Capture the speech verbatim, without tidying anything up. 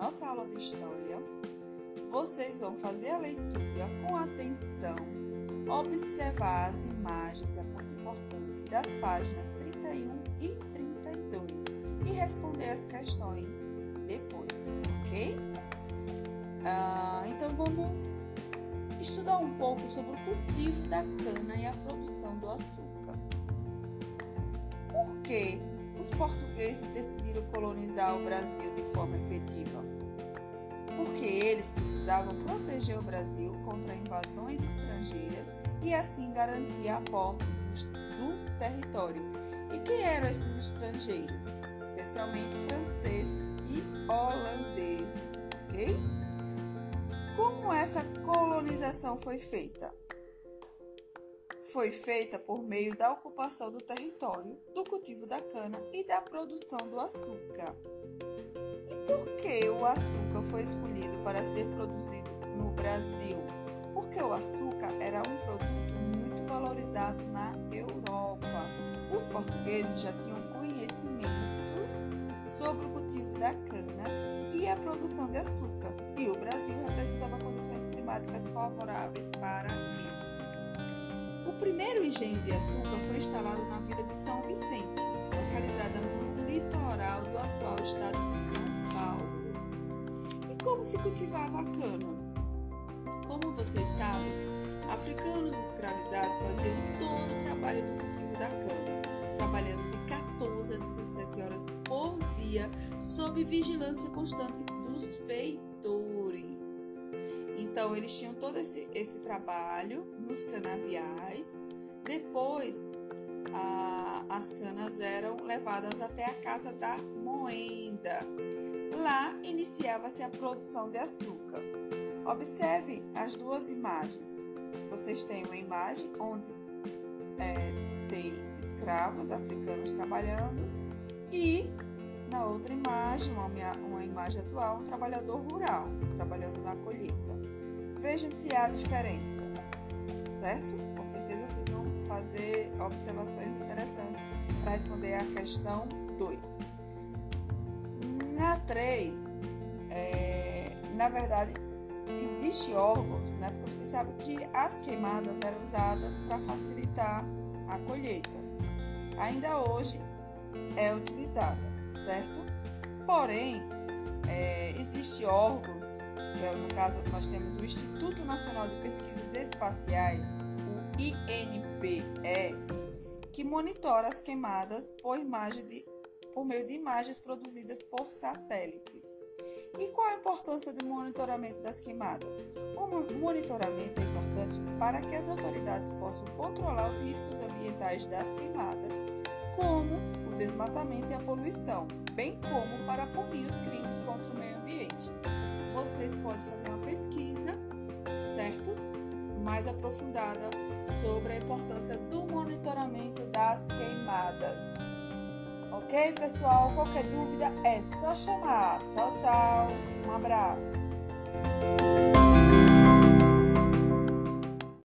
nossa aula de História, vocês vão fazer a leitura com atenção, observar as imagens, é muito importante, das páginas trinta e um e trinta e dois e responder as questões depois, ok? Ah, então vamos estudar um pouco sobre o cultivo da cana e a produção do açúcar. Por que os portugueses decidiram colonizar o Brasil de forma efetiva? Porque eles precisavam proteger o Brasil contra invasões estrangeiras e assim garantir a posse do território. E quem eram esses estrangeiros? Especialmente franceses e holandeses, ok? Como essa colonização foi feita? Foi feita por meio da ocupação do território, do cultivo da cana e da produção do açúcar. E por que o açúcar foi escolhido para ser produzido no Brasil? Porque o açúcar era um produto muito valorizado na Europa. Os portugueses já tinham conhecimentos sobre o cultivo da cana e a produção de açúcar, e o Brasil representava condições climáticas favoráveis para isso. O primeiro engenho de açúcar foi instalado na vila de São Vicente, localizada no litoral do atual estado de São Paulo. E como se cultivava a cana? Como vocês sabem, africanos escravizados faziam todo o trabalho do cultivo da cana, trabalhando de quatorze a dezessete horas por dia, sob vigilância constante dos feitores. Então, eles tinham todo esse, esse trabalho nos canaviais. Depois, a, as canas eram levadas até a casa da moenda. Lá, iniciava-se a produção de açúcar. Observe as duas imagens. Vocês têm uma imagem onde é, tem escravos africanos trabalhando e, na outra imagem, uma, uma imagem atual, um trabalhador rural trabalhando na colheita. Veja se há diferença, certo? Com certeza vocês vão fazer observações interessantes para responder a questão dois. Na três, é, na verdade, existem órgãos, né? Porque você sabe que as queimadas eram usadas para facilitar a colheita. Ainda hoje é utilizada, certo? Porém, é, existem órgãos, que é, no caso nós temos o Instituto Nacional de Pesquisas Espaciais, o I N P E, que monitora as queimadas por, imagem de, por meio de imagens produzidas por satélites. E qual a importância do monitoramento das queimadas? O monitoramento é importante para que as autoridades possam controlar os riscos ambientais das queimadas, como o desmatamento e a poluição, bem como para punir os crimes contra o meio ambiente. Vocês podem fazer uma pesquisa, certo? Mais aprofundada sobre a importância do monitoramento das queimadas. Ok, pessoal? Qualquer dúvida é só chamar. Tchau, tchau. Um abraço.